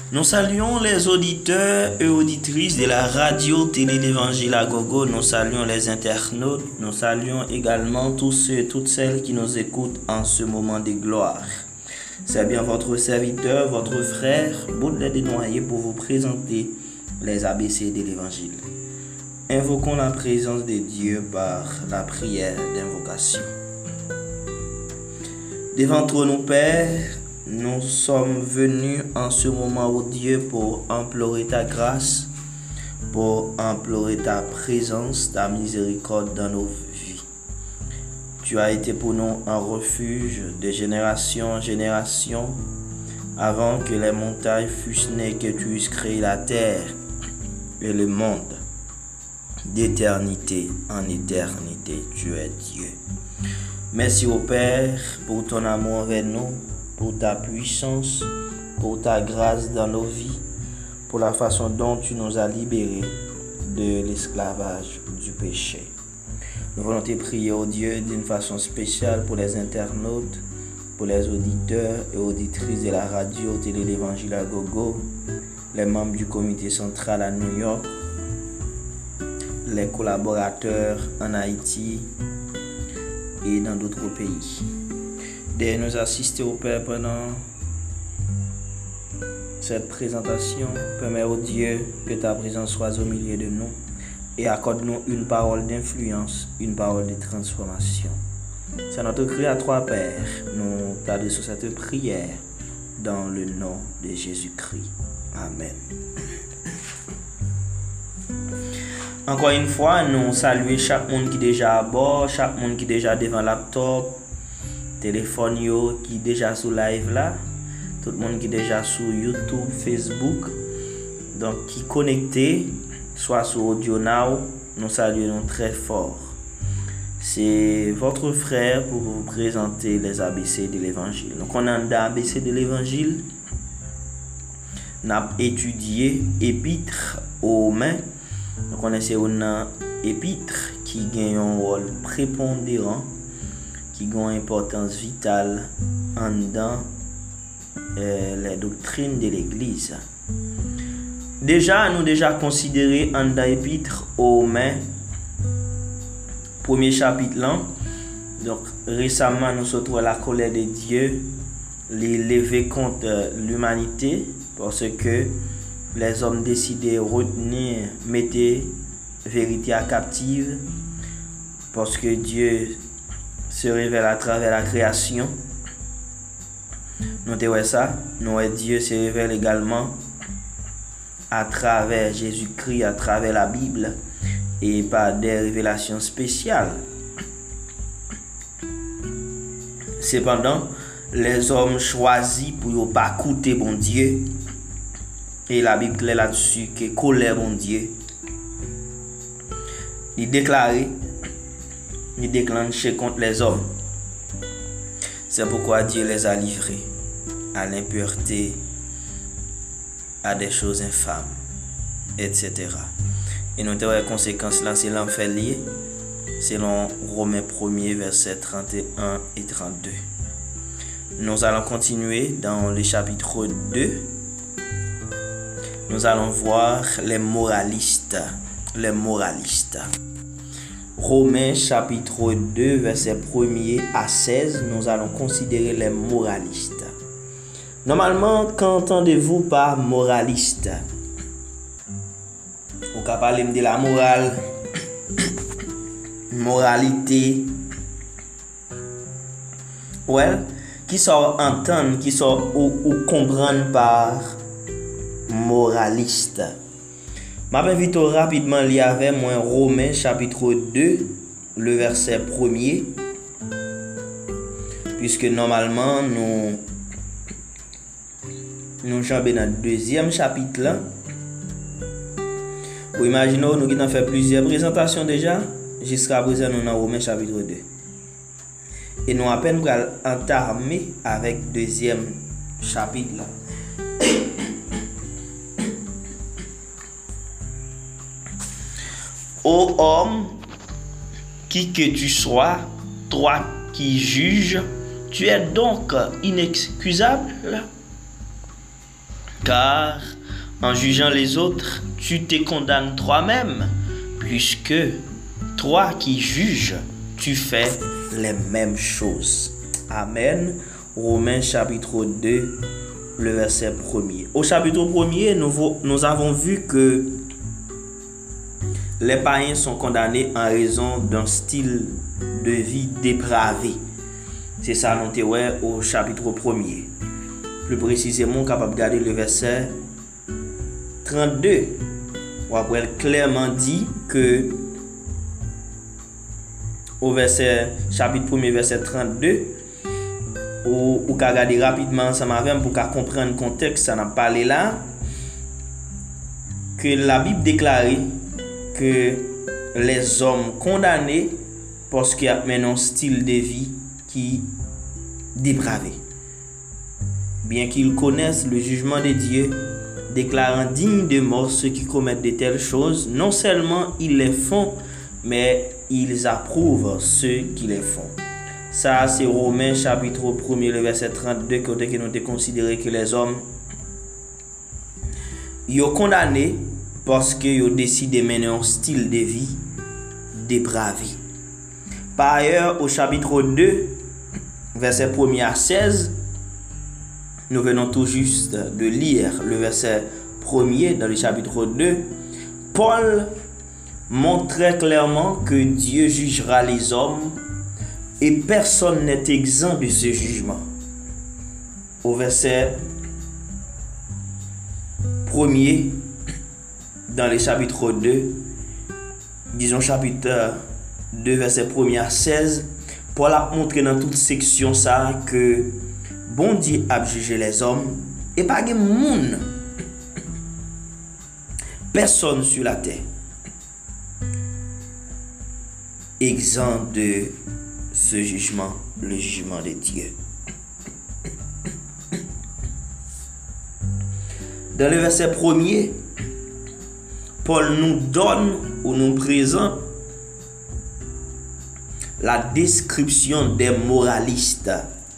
Nous saluons les auditeurs et auditrices de la radio télé d'Évangile à Gogo. Nous saluons les internautes. Nous saluons également tous ceux et toutes celles qui nous écoutent en ce moment de gloire. C'est bien votre serviteur, votre frère, Baudelaire Desnoyers, pour vous présenter les ABC de l'Évangile. Invoquons la présence de Dieu par la prière d'invocation. Devant toi, nous, Père, nous sommes venus en ce moment, ô Dieu, pour implorer ta grâce, pour implorer ta présence, ta miséricorde dans nos vies. Tu as été pour nous un refuge de génération en génération, avant que les montagnes fussent nées, que tu eusses créé la terre et le monde. D'éternité en éternité, tu es Dieu. Merci au Père pour ton amour envers nous, pour ta puissance, pour ta grâce dans nos vies, pour la façon dont tu nous as libérés de l'esclavage du péché. Nous voulons te prier, ô Dieu, d'une façon spéciale pour les internautes, pour les auditeurs et auditrices de la radio télé l'Évangile à Gogo, les membres du comité central à New York, les collaborateurs en Haïti et dans d'autres pays. De nous assister au Père pendant cette présentation. Permets au Dieu que ta présence soit au milieu de nous et accorde-nous une parole d'influence, une parole de transformation. C'est notre cri à toi, Père. Nous t'adressons cette prière dans le nom de Jésus-Christ. Amen. Encore une fois, nous saluons chaque monde qui est déjà à bord, chaque monde qui est déjà devant laptop, téléphone qui est déjà sur live là, tout le monde qui est déjà sur YouTube, Facebook, donc qui est connecté, soit sur Audio Now, nous saluons très fort. C'est votre frère pour vous présenter les ABC de l'Évangile. Donc on a un ABC de l'Évangile, on a étudié Épître aux mains. Donc on essaie un épître qui gagne un rôle prépondérant, qui gagne une importance vitale dans les doctrines de l'Église. Nous déjà considéré un épître aux mains, premier chapitre là. Donc récemment nous sommes trouvé la colère de Dieu, les lever contre l'humanité parce que les hommes décidaient de retenir, mettre vérité à captive, parce que Dieu se révèle à travers la création. Notez ça, Dieu se révèle également à travers Jésus-Christ, à travers la Bible, et par des révélations spéciales. Cependant, les hommes choisis pour ne pas écouter bon Dieu. Et la Bible est là-dessus que colère mon Dieu. Il déclarait, il déclenchait contre les hommes. C'est pourquoi Dieu les a livrés à l'impureté, à des choses infâmes, etc. Et nous avons les conséquences là, c'est l'enfer lié, selon Romains 1er, versets 31 et 32. Nous allons continuer dans le chapitre 2. Nous allons voir les moralistes. Les moralistes. Romains chapitre 2, verset 1er à 16, nous allons considérer les moralistes. Normalement, qu'entendez-vous par moraliste? Vous pouvez parler de la morale, moralité. Ouais, qui sont entendre, qui sont ou comprendre par moraliste. Je m'invite rapidement à lire avec moi Romains chapitre 2, le verset 1er. Puisque normalement nous jambons dans le deuxième chapitre là. Vous imaginez, nous avons fait plusieurs présentations déjà. Jusqu'à présent, nous sommes dans Romains chapitre 2. Et nous à peine pour entamer avec le deuxième chapitre là. Ô homme, qui que tu sois, toi qui juges, tu es donc inexcusable, car en jugeant les autres, tu te condamnes toi-même, puisque toi qui juges, tu fais les mêmes choses. Amen. Romains chapitre 2, le verset 1er. Au chapitre 1er, nous avons vu que les païens sont condamnés en raison d'un style de vie dépravé. C'est ça, nous avons au chapitre 1er. Plus précisément, capable de regarder le verset 32. On va clairement dit que au chapitre 1er, verset 32, ou qu'à regarder rapidement ensemble avec pour qu'à comprendre le contexte, ça n'a parlé là, que la Bible déclarait que les hommes condamnés parce qu'ils ont un style de vie qui dépravé. Bien qu'ils connaissent le jugement de Dieu, déclarant dignes de mort ceux qui commettent de telles choses, non seulement ils les font, mais ils approuvent ceux qui les font. Ça, c'est Romains chapitre 1er, le verset 32, que nous avons considéré que les hommes ils sont condamnés parce qu'ils ont décidé de mener un style de vie dépravé. Par ailleurs, au chapitre 2, verset 1er à 16, nous venons tout juste de lire le verset 1er dans le chapitre 2. Paul montre très clairement que Dieu jugera les hommes et personne n'est exempt de ce jugement. Au verset 1er, dans le chapitre 2, disons chapitre 2, verset 1er à 16, Paul a montré dans toute section ça que bon Dieu a jugé les hommes et pas de monde, personne sur la terre exempt de ce jugement, le jugement de Dieu. Dans le verset 1er, Paul nous donne ou nous présente la description des moralistes.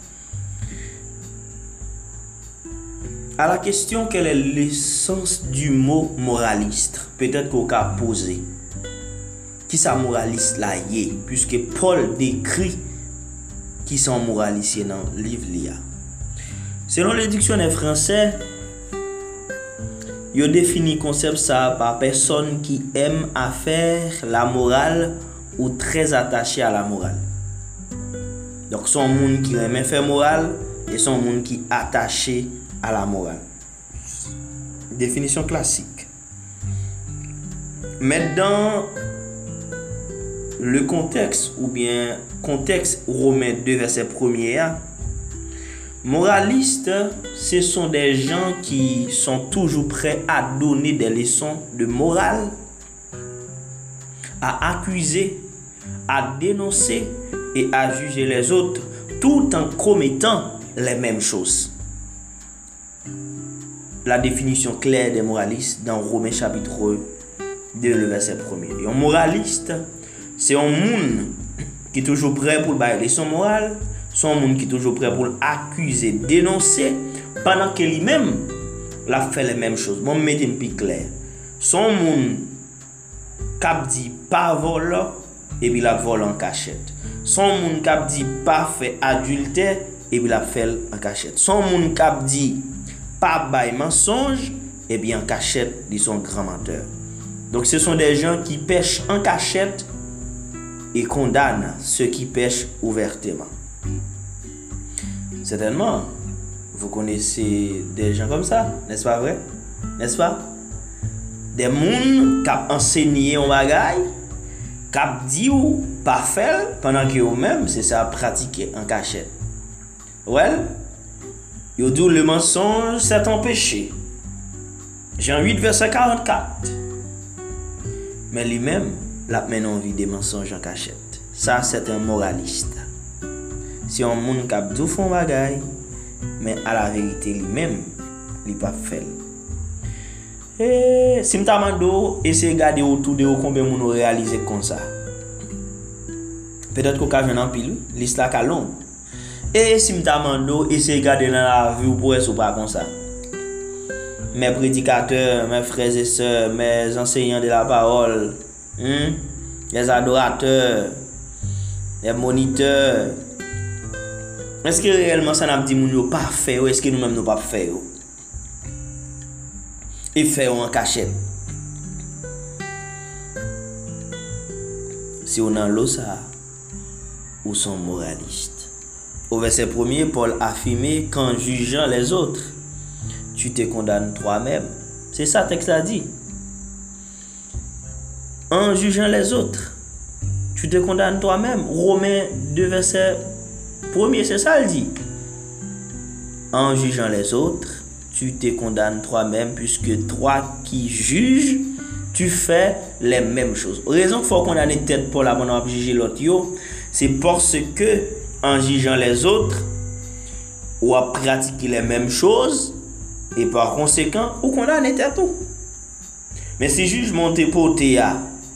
À la question quel est l'essence du mot moraliste, peut-être qu'on va poser. Qui ça moraliste là y est, puisque Paul décrit qui sont moralistes dans le livre là. Selon le dictionnaire français, il définit le concept ça par personne qui aime à faire la morale ou très attaché à la morale. Donc son monde qui aime faire morale et son monde qui est attaché à la morale. Définition classique. Mais dans le contexte ou bien contexte Romains 2 verset 1er, moralistes, ce sont des gens qui sont toujours prêts à donner des leçons de morale, à accuser, à dénoncer et à juger les autres tout en commettant les mêmes choses. La définition claire des moralistes dans Romains chapitre 2, le verset 1er. Et un moraliste, c'est un monde qui est toujours prêt pour bailler son moral, c'est un monde qui est toujours prêt pour accuser, dénoncer, pendant que lui-même l'a fait les mêmes choses. Bon, mettez un pic clair. Son monde qui dit pas vol et puis la vole en cachette. Son monde qui dit pas fait adultère et puis la fait en cachette. Son monde qui dit pas bail mensonge et bien en cachette, ils sont grands menteurs. Donc ce sont des gens qui pêchent en cachette et condamnent ceux qui pêchent ouvertement. Certainement, vous connaissez des gens comme ça, n'est-ce pas vrai? N'est-ce pas? Des gens qui ont enseigné un bagage, qui ont dit ou pas fait, pendant que eux-mêmes, c'est ça pratiquer en cachette. Well, ils disent le mensonge, c'est un péché. Jean 8, verset 44. Mais lui-même, la mène en vie des mensonges en cachette. Ça, c'est un moraliste. C'est un monde qui a dit font bagaille, mais à la vérité, lui-même, il n'a pas fait. Et si je t'amende, essayez de regarder autour de vous combien de gens ont réalisé comme ça. Peut-être qu'on a vu un pile, l'histoire est longue. Et si je t'amende, essayez de regarder dans la vie pour être pas comme ça. mes prédicateurs, mes frères et sœurs, mes enseignants de la parole, les adorateurs, les moniteurs, est-ce que réellement ça n'a dit moun yo pas fait ou est-ce que nous-mêmes nous pas fait et faire en cachette? Si on a l'eau ça ou sont moralistes. Au verset 1er, Paul affirmait qu'en jugeant les autres, tu te condamnes toi-même. C'est ça le texte a dit. En jugeant les autres, tu te condamnes toi-même. Romains 2, verset 1er, c'est ça le dit. En jugeant les autres, tu te condamnes toi-même, puisque toi qui juges, tu fais les mêmes choses. Raison qu'il faut condamner tête pour la bonne juger l'autre, c'est parce que en jugeant les autres, ou à pratiquer les mêmes choses, et par conséquent, ou condamner tête tout. Mais si jugement te porté à,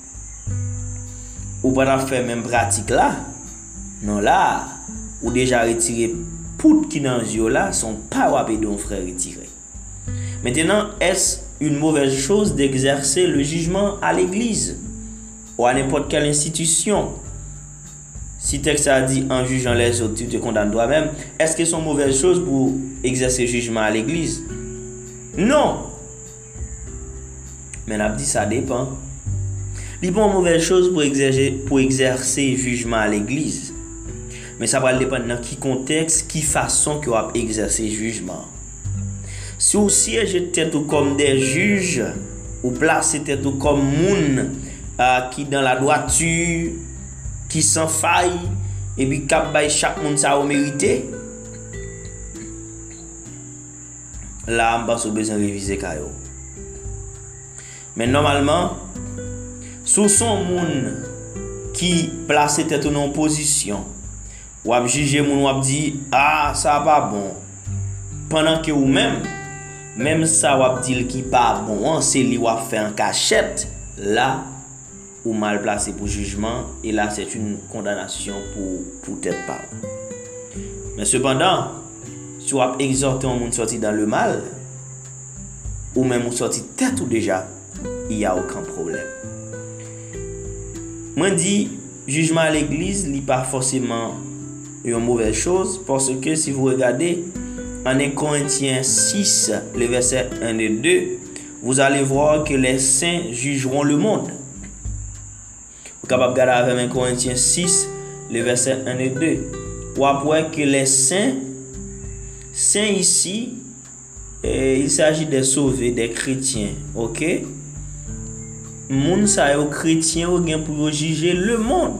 ou pas faire même pratique là, non là, ou déjà retiré pour qui dans yeux là, sont pas wapé d'un frère retiré. Maintenant, est-ce une mauvaise chose d'exercer le jugement à l'église ou à n'importe quelle institution? Si le texte a dit en jugeant les autres, tu te condamnes toi-même, est-ce que c'est une mauvaise chose pour exercer le jugement à l'église? Non. Mais on a dit ça dépend. Il n'est pas une mauvaise chose pour exercer le jugement à l'église. Mais ça va dépendre dans quel contexte, quelle façon que vous avez exercé le jugement. Si vous siégez tête comme des juges, ou placez tête comme moun qui dans la droiture, qui sans faille, et puis cap bay chaque monde ça au mérité, là on pas besoin de réviser kayo. Mais normalement, sous son moun qui place tête en position, ou a juger moun ou a dit ah ça pas bon, pendant que ou même ça ou a dit qui pas bon, c'est lui ou a fait en cachette, là ou mal placé pour jugement, et là c'est une condamnation pour tête pas. Mais cependant, si vous avez exhorté un monde sorti dans le mal, ou même sorti tête ou déjà, il n'y a aucun problème. Moi dis, jugement à l'église n'est pas forcément une mauvaise chose, parce que si vous regardez en 1 Corinthiens 6, le verset 1 et 2, vous allez voir que les saints jugeront le monde. Vous êtes capable de regarder avec 1 Corinthiens 6, le verset 1 et 2. Vous voyez que les saints ici, il s'agit de sauver des chrétiens. Ok? Moun sa yo chrétiens ou gen pour juger le monde.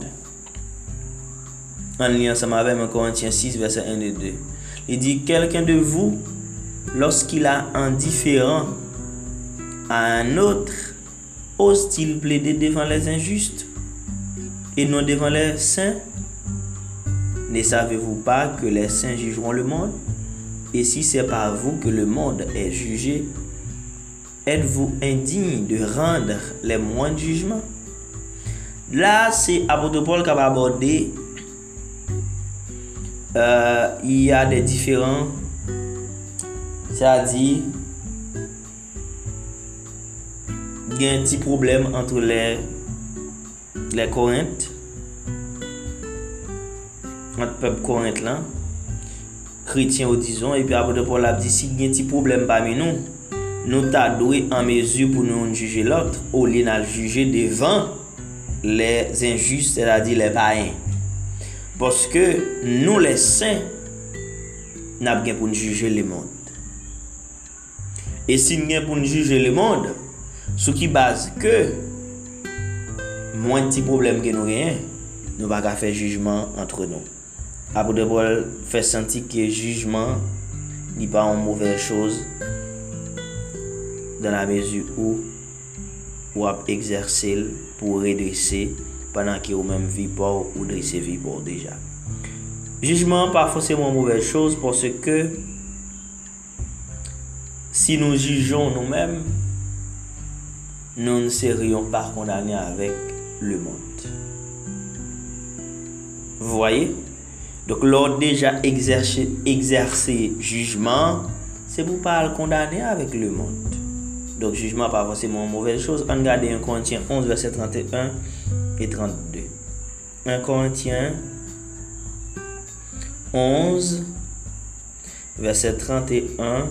En lien ensemble avec 1 Corinthiens 6, verset 1 et 2. Il dit, quelqu'un de vous, lorsqu'il a un différend à un autre, ose-t-il plaider devant les injustes et non devant les saints? Ne savez-vous pas que les saints jugeront le monde? Et si c'est par vous que le monde est jugé, êtes-vous indigne de rendre les moindres jugements? Là, c'est apôtre Paul qui va aborder. Il y a des différents, c'est-à-dire il y a un petit problème entre les Corinthes, entre le peuple Corinthe là, chrétiens ou disons, et puis apôtre Paul a dit si il y a un petit problème parmi nous t'adouer en mesure pour nous juger l'autre, au lieu de juger devant les injustes, c'est-à-dire les païens. Parce que nous les saints n'a pas pour nous juger le monde. Et si nous avons pour nous juger le monde, ce qui base que moins de petits problèmes que nous avons, nous ne pouvons pas faire jugement entre nous. Apôtre Paul fait sentir que le jugement n'est pas une mauvaise chose dans la mesure où vous exercez pour redresser pendant que vous-même vivez pas ou dressez vivez pas déjà. Jugement pas forcément une mauvaise chose parce que si nous jugeons nous-mêmes, nous ne serions pas condamnés avec le monde. Vous voyez? Donc, lors déjà exercer jugement, c'est pour pas le condamner avec le monde. Donc jugement pas forcément une mauvaise chose. On regarde 1 Corinthiens 11 verset 31 et 32. 1 Corinthiens 11 verset 31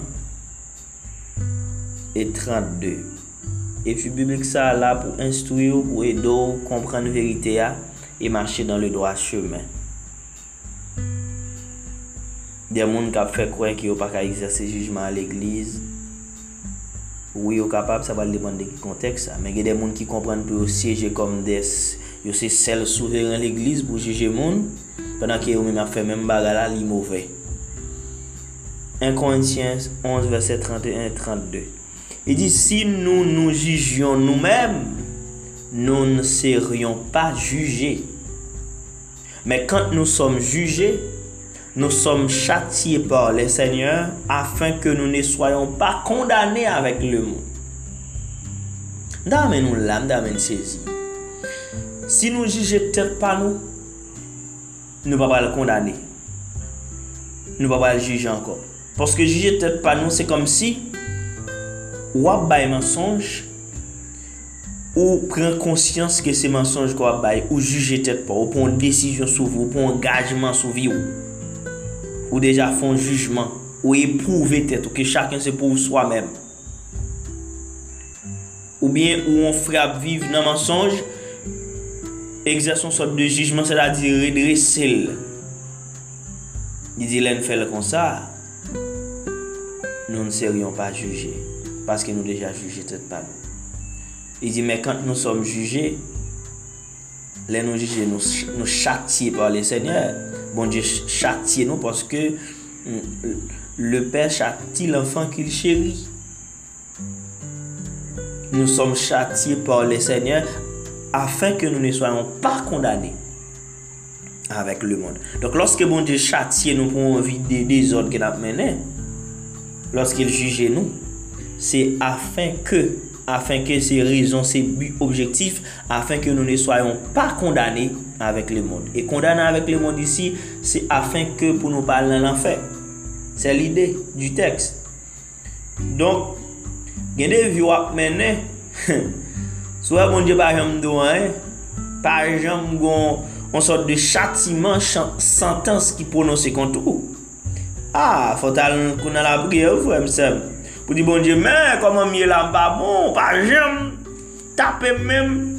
et 32. Et puis biblique ça là pour instruire, pour aider, comprendre la vérité et marcher dans le droit chemin. Des gens qui fait croire qu'ils n'ont pas qu'à exercer jugement à l'église. Oui, ils sont capables, ça va dépendre de quel contexte. Mais il y a des gens qui comprennent que siéger comme des. Ils sont seuls souverains l'église pour juger les gens. Pendant qu'ils ont fait même bagarre, ils sont mauvais. 1 Corinthiens 11, verset 31 et 32. Il dit, si nous nous jugions nous-mêmes, nous ne serions pas jugés. Mais quand nous sommes jugés, nous sommes châtiés par le Seigneur afin que nous ne soyons pas condamnés avec le monde. D'amen nous l'âme, d'amen saisi. Si nous jugeons peut-être pas nous, nous ne pouvons pas le condamner. Nous ne pouvons pas le juger encore. Parce que juger peut-être pas nous, c'est comme si ou a bail mensonge ou prend conscience que c'est mensonge qu'on a bail ou juger peut-être pas ou prend une décision sur vous, ou prend un engagement sur vous ou déjà font un jugement ou éprouver peut-être que chacun se prouve soi-même. Ou bien où on frappe vivre dans le mensonge, exerce une sorte de jugement, c'est-à-dire redresser. Il dit, l'un fait comme ça, nous ne serions pas jugés, parce que nous déjà jugés peut-être pas nous. Il dit, mais quand nous sommes jugés, les nous juger, nous châtier par le Seigneur. Bon Dieu châtie nous parce que le Père châtie l'enfant qu'il chérit. Nous sommes châtiés par le Seigneur afin que nous ne soyons pas condamnés avec le monde. Donc lorsque bon Dieu châtie nous pour envie des désordres qu'il a mené, lorsqu'il juge nous, c'est afin que ces raisons, ces buts objectifs, afin que nous ne soyons pas condamnés avec le monde. Et condamner avec le monde ici, c'est afin que pour nous parler dans l'enfer. C'est l'idée du texte. Donc, il y a des vies à mener. Soit bon Dieu par exemple, par exemple, on sorte de châtiment, sentence qui prononce contre vous. Ah, faut aller dans la prière, frère, pour dire bon Dieu, mais comment mieux là pas bon, pas jamais taper même.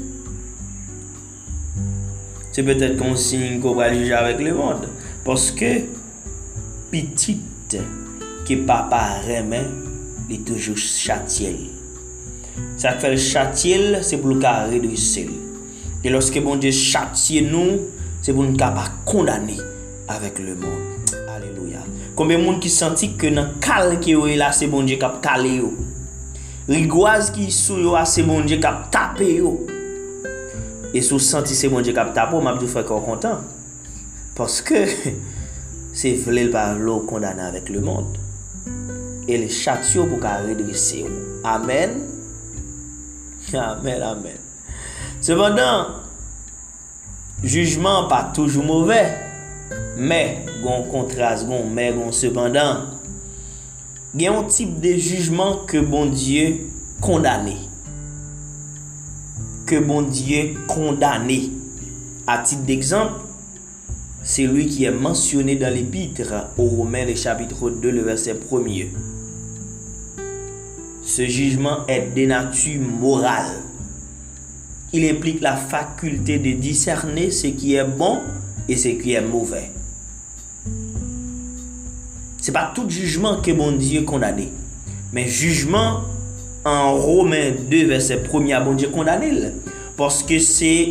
C'est peut-être qu'on signe qu'on va juger avec le monde. Parce que petite que papa remet, il est toujours châtiel. Ça fait le châtiel, c'est pour le cas redresser. Et lorsque bon Dieu châtie nous, c'est pour nous pas condamner avec le monde. Alléluia. Combien de monde qui senti que dans cal qui est là, c'est bon Dieu qui a calé yo. Rigoise qui sou yo, c'est bon Dieu qui a tapé yo. Et sous senti c'est bon Dieu qui a tapé, m'a dit frère content. Parce que c'est voulu par l'eau condamné avec le monde. Et les châtio pour qu'à redresser. Amen. Amen, amen. Cependant, jugement pas toujours mauvais. Mais, gon contraste, cependant, il y a un type de jugement que bon Dieu condamné. Que bon Dieu condamné. À titre d'exemple, c'est lui qui est mentionné dans l'épître aux Romains, le chapitre 2, le verset 1er. Ce jugement est de nature morale. Il implique la faculté de discerner ce qui est bon et ce qui est mauvais. C'est pas tout jugement que bon Dieu condamné. Mais jugement en Romains 2, verset 1er, bon Dieu condamné. Parce que c'est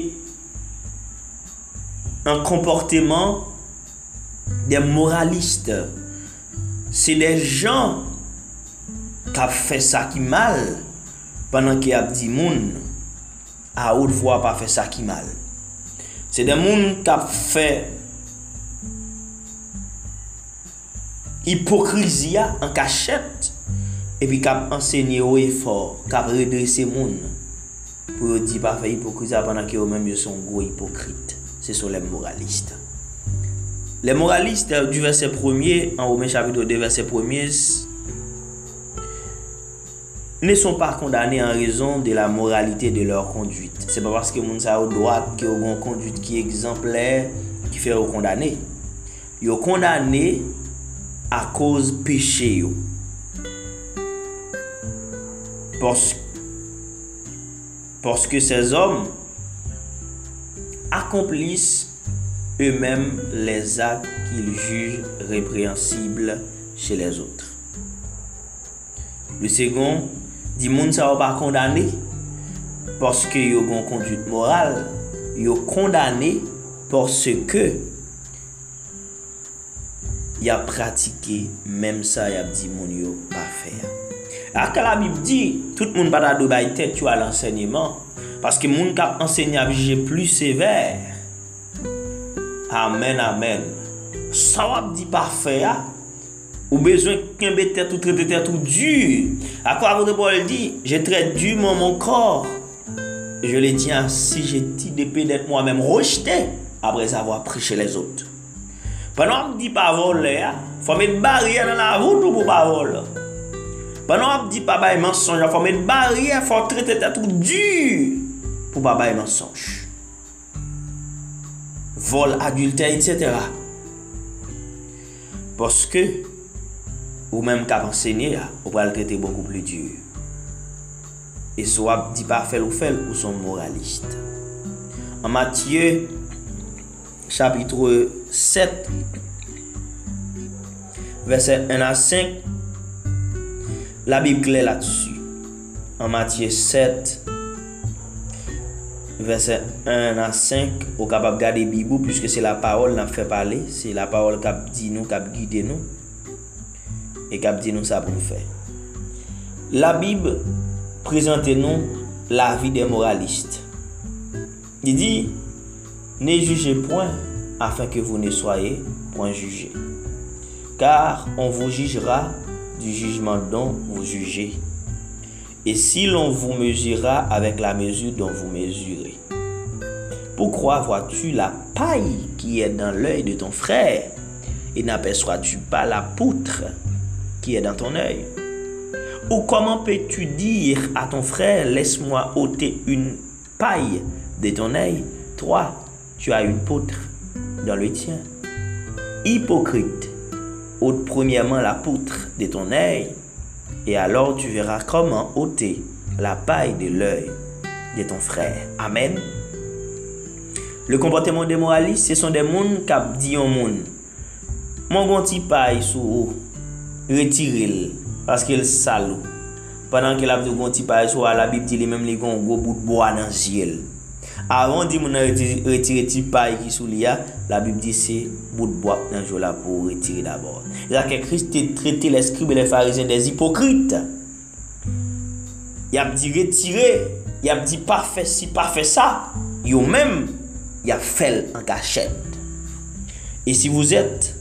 un comportement des moralistes. C'est des gens qui ont fait ça qui mal pendant qu'ils ont dit moun à haute voix pas fait ça qui mal. C'est des gens qui ont fait hypocrisie en cachette et puis qui ont enseigné au effort, qui ont redressé les gens pour dire pas faire hypocrisie pendant qu'ils eux-mêmes sont gros hypocrites. Ce sont les moralistes. Les moralistes du verset 1er, en Romains chapitre 2, verset 1er, ne sont pas condamnés en raison de la moralité de leur conduite. C'est pas parce que moun sa au droit qui ont une conduite qui est exemplaire qui fait au condamné. Yo condamné à cause péché yo. Parce que ces hommes accomplissent eux-mêmes les actes qu'ils jugent répréhensibles chez les autres. Le second dit moun sa va pas condamné parce que yo gon conduite morale, yo condamné parce que y a pratiqué même ça y a dit moun yo pas faire. Alors que la Bible dit tout le monde pas de bay tête à l'enseignement parce que moun k'ap enseigner a juger plus sévère. Amen amen. Ça va dit pas faire ou besoin qu'un tête ou traiter tête ou dur. À quoi votre Paul dit je traite durement mon corps. Je le tiens si j'ai dit d'épée d'être moi-même rejeté après avoir prêché les autres. Pendant qu'on dit pas voler, faut mettre barrière dans la route pour pas voler. Pendant qu'on dit pas bailler mensonge, faut mettre barrière, faut traiter tête tout dur pour pas bailler mensonge. Vol, adultère, etc. Parce que ou même qu'à enseigner, on va le traiter beaucoup plus dur. Et soit dit pas faire ou sont moralistes. En Matthieu chapitre 7 verset 1 à 5, la Bible claire là-dessus. En Matthieu 7 verset 1 à 5, on est capable de garder la Bible puisque c'est la parole qui nous fait parler, c'est la parole qui dit nous, qui guide nous et qui dit nous ça pour nous faire. La Bible présente nous la vie des moralistes. Il dit ne jugez point afin que vous ne soyez point jugés. Car on vous jugera du jugement dont vous jugez. Et si l'on vous mesurera avec la mesure dont vous mesurez. Pourquoi vois-tu la paille qui est dans l'œil de ton frère et n'aperçois-tu pas la poutre qui est dans ton œil? Ou comment peux-tu dire à ton frère, laisse-moi ôter une paille de ton œil? Toi, tu as une poutre dans le tien. Hypocrite, ôte premièrement la poutre de ton œil, et alors tu verras comment ôter la paille de l'œil de ton frère. Amen. Le comportement des moralistes, ce sont des gens qui disent au monde, mon bon petit paille sous retirez-le parce qu'il est salaud. Pendant qu'il a dit bon petit paille sous la Bible dit même les gros bout de bois dans ciel. Avant de retirer petit paille qui sous la Bible dit c'est bout de bois dans jour là pour retirer d'abord. Là que Christ traité les scribes et les pharisiens des hypocrites. Il a dit retirer, il a dit pas fait ci, pas fait ça. Yo même il a fait en cachette. Et si vous êtes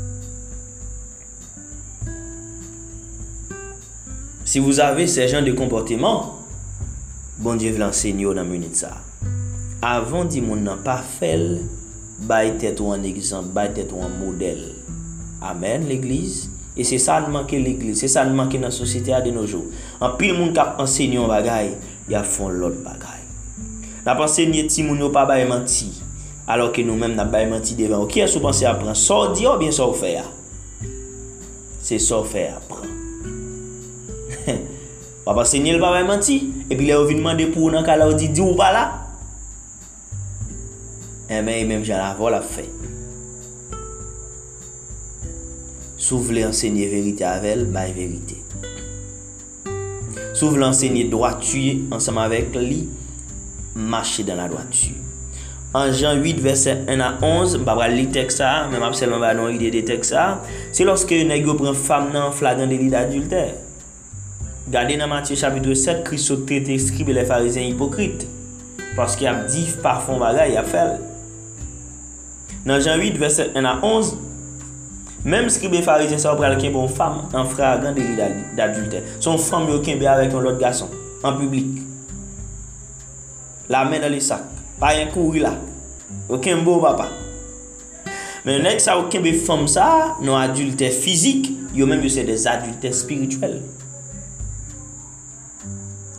si vous avez ces genres de comportement, bon Dieu veut l'enseigner dans minute ça. Avant de mon n'a pas fait, bail tête ou un exemple, bail tête ou un modèle. Amen l'église. Et c'est ça qui manque l'église, c'est ça qui manque dans la société de nos jours. En pile monde qui enseigne un bagay, il a font l'autre bagay. La enseigner ti moun yo pas bail menti, alors que nous même n'a bail menti devant. Qui est-ce pensé apprendre? Ça dit ou bien ça faire? C'est ça faire apprendre. On va enseigner le pas menti et puis là on vient demander pour dans cas là on dit ou pas là. Et même j'en avons la fait. Si vous voulez enseigner vérité avec elle, bah vérité. Si vous voulez enseigner droiture ensemble avec lui, marchez dans la droiture. En Jean 8, verset 1 à 11, je ne vais pas lire le texte, même absolument pas non idée de texte. C'est lorsque un nègre prend femme dans flagrant délit d'adultère. Regardez dans Matthieu chapitre 7, Christ a traité scribes et les pharisiens hypocrites. Parce qu'il a dit parfum bagaille, il a fait. Dans Jean 8, verset 1 à 11, même scribes et pharisiens ça prend quelqu'un pour une femme en flagrant délit d'adultère. Son femme qui est avec un autre garçon en public. La main dans les sacs. Pas un courir là. Aucun beau papa. Mais nèg ça aucun be femme ça, non adultère physique, yo même c'est des adultères spirituels.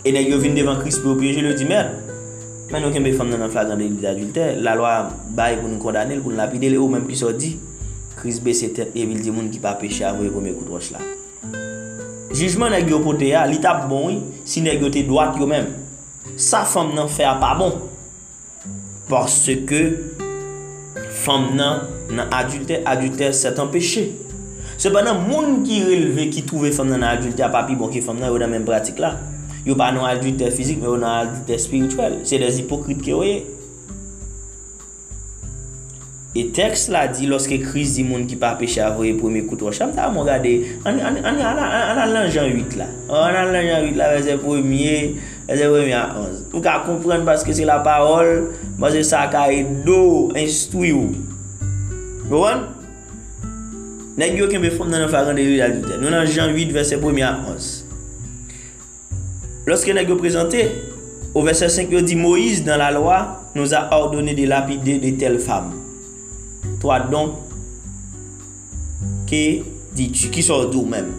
Et nèg yo vinn devant Christ pour piéger, le dit merde. Mais nous qui femme dans flagrant délit d'adultère, la loi bail pour nous condamner, pour nous lapider ou même qui soit dit Christ baisse tête et il dit monde qui pas péché avant le premier coup de roche là. Jugement nèg yo pote ya, li t'a bon oui, si nèg yo te droit yo même. Sa femme nan fait pas bon. Parce que femme nan adultère c'est un péché. Cependant monde qui relevé qui trouve femme nan adultère pas plus bon que femme nan yo dans même pratique là. Yo pas non adultère physique mais on a adultère spirituel. C'est des hypocrites qui voyez. Et texte là dit lorsque Christ dit monde qui pas péché avant le premier coup de roche. On regarder on a Jean 8 là. On a Jean 8 là verset 1er à 11. Vous pouvez comprendre parce que c'est la parole, moi c'est ça qui do instruit vous. Vous voyez? Nèg yo qui me font dans flagrant délit d'adultère. Nous dans Jean 8 verset 1er à 11. Lorsque nèg yo présenté au verset 5 il dit Moïse dans la loi nous a ordonné de lapider de telles femmes. Toi donc, que dis-tu, qui sont d'où même?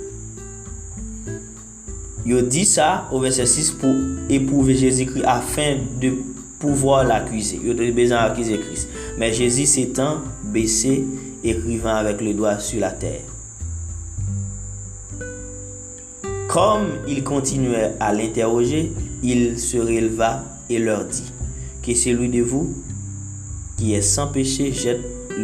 Il dit ça au verset 6 pour éprouver Jésus-Christ afin de pouvoir l'accuser. Il a besoin d'accuser Christ. Mais Jésus s'étant baissé, écrivant avec le doigt sur la terre. Comme il continuait à l'interroger, il se releva et leur dit que celui de vous qui est sans péché jette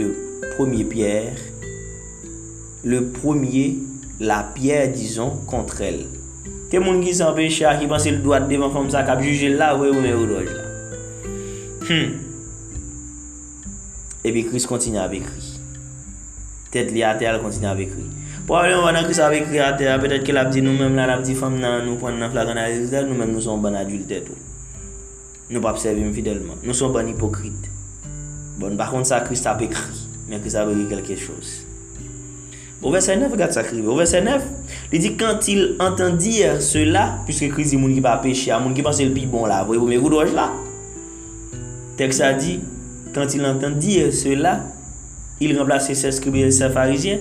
la pierre disons contre elle. Que moun qui sans péché qui pense le droit devant femme ça cap juger là ouais mais au doge là. Et puis Christ continue avec lui. Tête li à terre continue avec lui. Probablement pendant Christ avec lui à terre peut-être qu'il a dit nous même là la petite femme nous prendre dans flagrant délit nous même nous sommes bon adultère tout. Nous pas servir fidèlement. Nous sommes bon hypocrites. Bon, par contre, ça, Christ a écrit, mais Christ a écrit quelque chose. Au verset 9, regarde ça. Au verset 9, il dit quand il entend dire cela, puisque Christ dit, moun qui pas péché, moun qui pense le plus bon là, vous voyez, vous là. Texte a dit, quand il entend dire cela, il remplace ses scribes et ses pharisiens,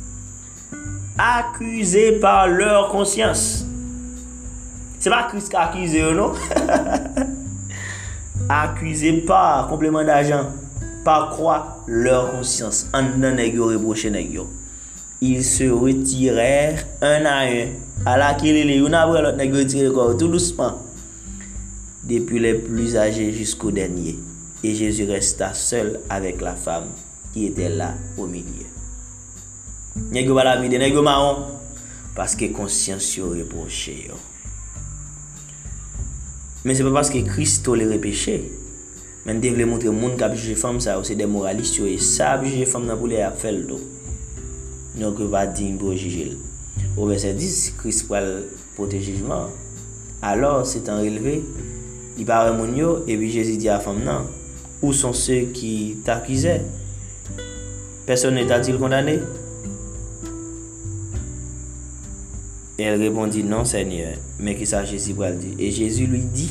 accusés par leur conscience. C'est pas Christ qui a accusé, non? Accusés par complément d'argent. Par quoi leur conscience en nan nèg yo reproché nèg yo. Ils se retirèrent un à un. À la qu'il les une après l'autre nèg yo retiré corps tout doucement. Depuis les plus âgés jusqu'au dernier. Et Jésus resta seul avec la femme qui était là au milieu. Nèg yo pas la vie de nèg yo marron parce que conscience yo reproché yo. Mais c'est pas parce que Christ tolère le péché. Mais je voulais montrer au monde qui a jugé femme ça c'est des moralistes et ça juger femme dans pour les faire le dos. Donc va dire pour juger. Au verset 10 Christ va porter jugement. Alors s'étant relevé, il parle mon yo et puis Jésus dit à la femme non, où sont ceux qui t'accusaient? Personne ne t'a-t-il condamné? Et elle répondit non Seigneur, mais qui ça Jésus va dire. Et Jésus lui dit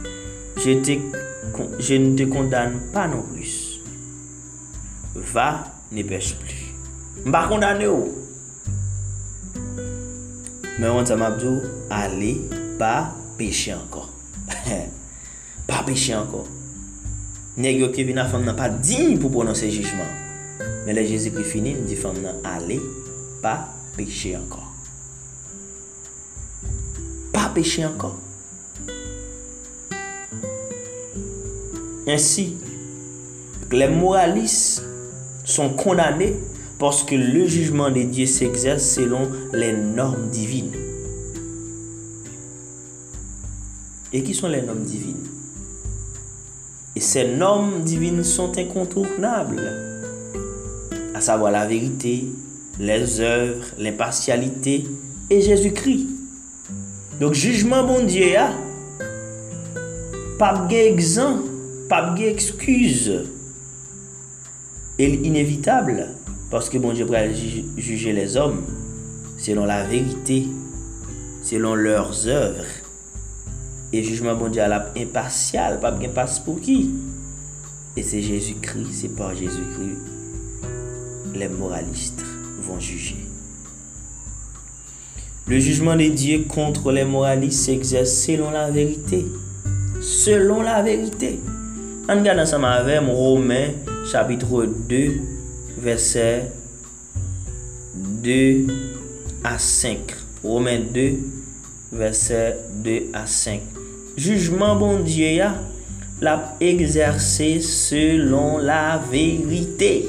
je ne te condamne pas non plus. Va, ne pêche plus. Je ne vais pas condamner. Mais on t'a dit, allez, pas pécher encore. Pas pécher encore. Nèg qui vient à femme n'a pas digne pour prononcer jugement. Mais le Jésus-Christ finit, dit femme allez, pas pécher encore. Pas pécher encore. Ainsi, les moralistes sont condamnés parce que le jugement de Dieu s'exerce selon les normes divines. Et qui sont les normes divines? Et ces normes divines sont incontournables, à savoir la vérité, les œuvres, l'impartialité et Jésus-Christ. Donc, jugement bon Dieu, pas d'exemple. Pas d'excuse. Et inévitable parce que bon Dieu va juger les hommes selon la vérité, selon leurs œuvres. Et jugement bon Dieu à impartial, pas bien passe pour qui? Et c'est Jésus-Christ, c'est par Jésus-Christ les moralistes vont juger. Le jugement de Dieu contre les moralistes s'exerce selon la vérité. Selon la vérité. On regarde ensemble avec Romains chapitre 2, verset 2 à 5. Romains 2, verset 2 à 5. Jugement bon Dieu l'a exercé selon la vérité.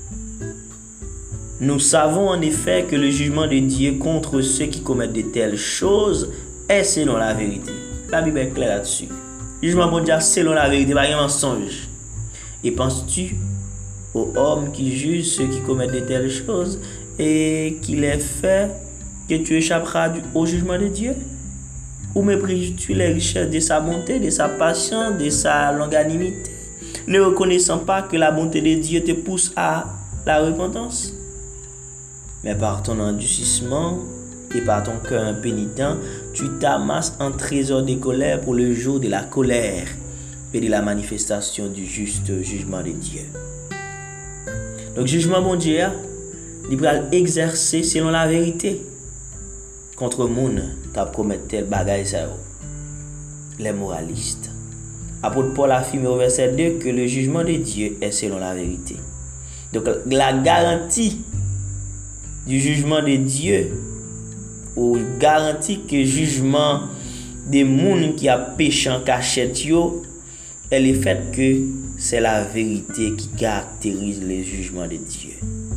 Nous savons en effet que le jugement de Dieu contre ceux qui commettent de telles choses est selon la vérité. La Bible est claire là-dessus. Jugement bon Dieu selon la vérité, pas un mensonge. Et penses-tu aux hommes qui jugent ceux qui commettent de telles choses et qu'il est fait que tu échapperas au jugement de Dieu? Ou méprises-tu les richesses de sa bonté, de sa patience, de sa longanimité, ne reconnaissant pas que la bonté de Dieu te pousse à la repentance? Mais par ton endurcissement et par ton cœur impénitent, tu t'amasses un trésor de colère pour le jour de la colère et de la manifestation du juste jugement de Dieu. Donc, jugement bon Dieu, il va exercer selon la vérité contre les gens qui commettent tel bagage, les moralistes. Apôtre Paul affirme au verset 2 que le jugement de Dieu est selon la vérité. Donc, la garantie du jugement de Dieu, ou garantie que le jugement des gens qui a péché en cachette, est le fait que c'est la vérité qui caractérise le jugement de Dieu.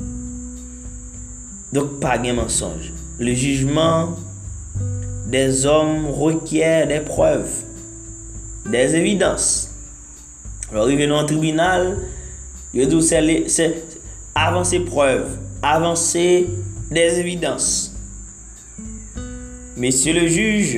Donc, pas de mensonge. Le jugement des hommes requiert des preuves, des évidences. Alors, revenons au tribunal, c'est avancer preuves, avancer des évidences. Monsieur le juge,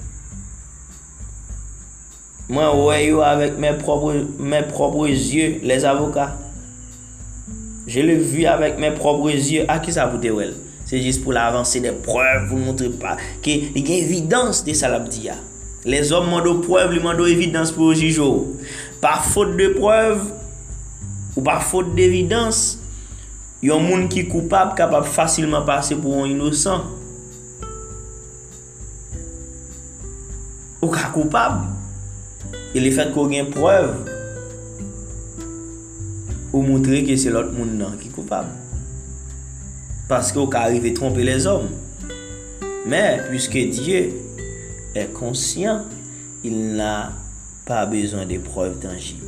moi, ouais, avec mes propres yeux, les avocats. Je l'ai vu avec mes propres yeux. À qui ça vous dit? C'est juste pour avancer des preuves, pour montrer pas qu'il y a une évidence de ça la dia. Les hommes demandent preuves, ils demandent évidence pour le juge. Par faute de preuves ou par faute d'évidence, il y a un monde qui est coupable, capable facilement passer pour un innocent. Ou cas coupable. Et le fait qu'on ait une preuve ou montrer que c'est l'autre monde qui est coupable. Parce qu'on arrive à tromper les hommes. Mais puisque Dieu est conscient, il n'a pas besoin de preuves tangibles.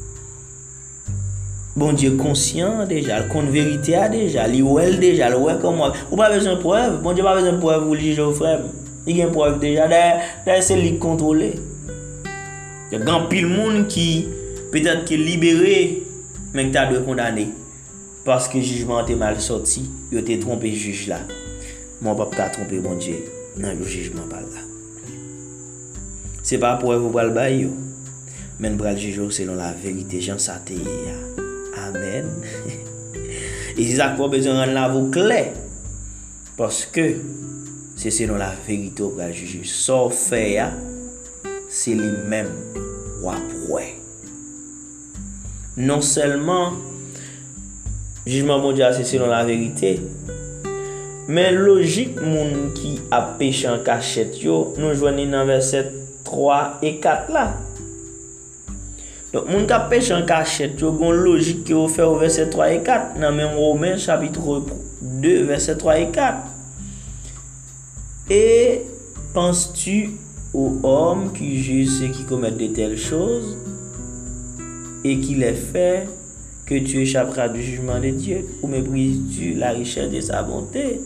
Bon Dieu conscient déjà, le compte vérité a déjà, il est déjà, il est comme moi. Ou pas besoin de preuves, bon Dieu pas besoin de preuves pour le juger au frère. Il y a une preuve déjà, d'ailleurs c'est lui contrôler. Il y a grand pile monde qui peut-être qui est libéré, mais qui a de condamné. Parce que le jugement est mal sorti, il a trompé le juge là. Mon papa a trompé mon Dieu. Non, le jugement pas là. C'est pas pour vous le bail, mais nous le juger selon la vérité. Jean Saté. Amen. Et c'est ça qu'on a besoin de rendre la voie claire. Parce que c'est selon la vérité qu'on va juger. Sauf fait, c'est lui-même ou après. Non seulement jugement mondial c'est selon la vérité, mais logique moun qui a péché en cachette yo, nous joignons dans verset 3 et 4 là. Donc moun qui a péché en cachette yo, gon logique qui au fait au verset 3 et 4 dans même Romains chapitre 2 verset 3 et 4. Et penses-tu aux hommes qui jugent ceux qui commettent de telles choses et qui les fait que tu échapperas du jugement de Dieu, ou méprises-tu la richesse de sa bonté?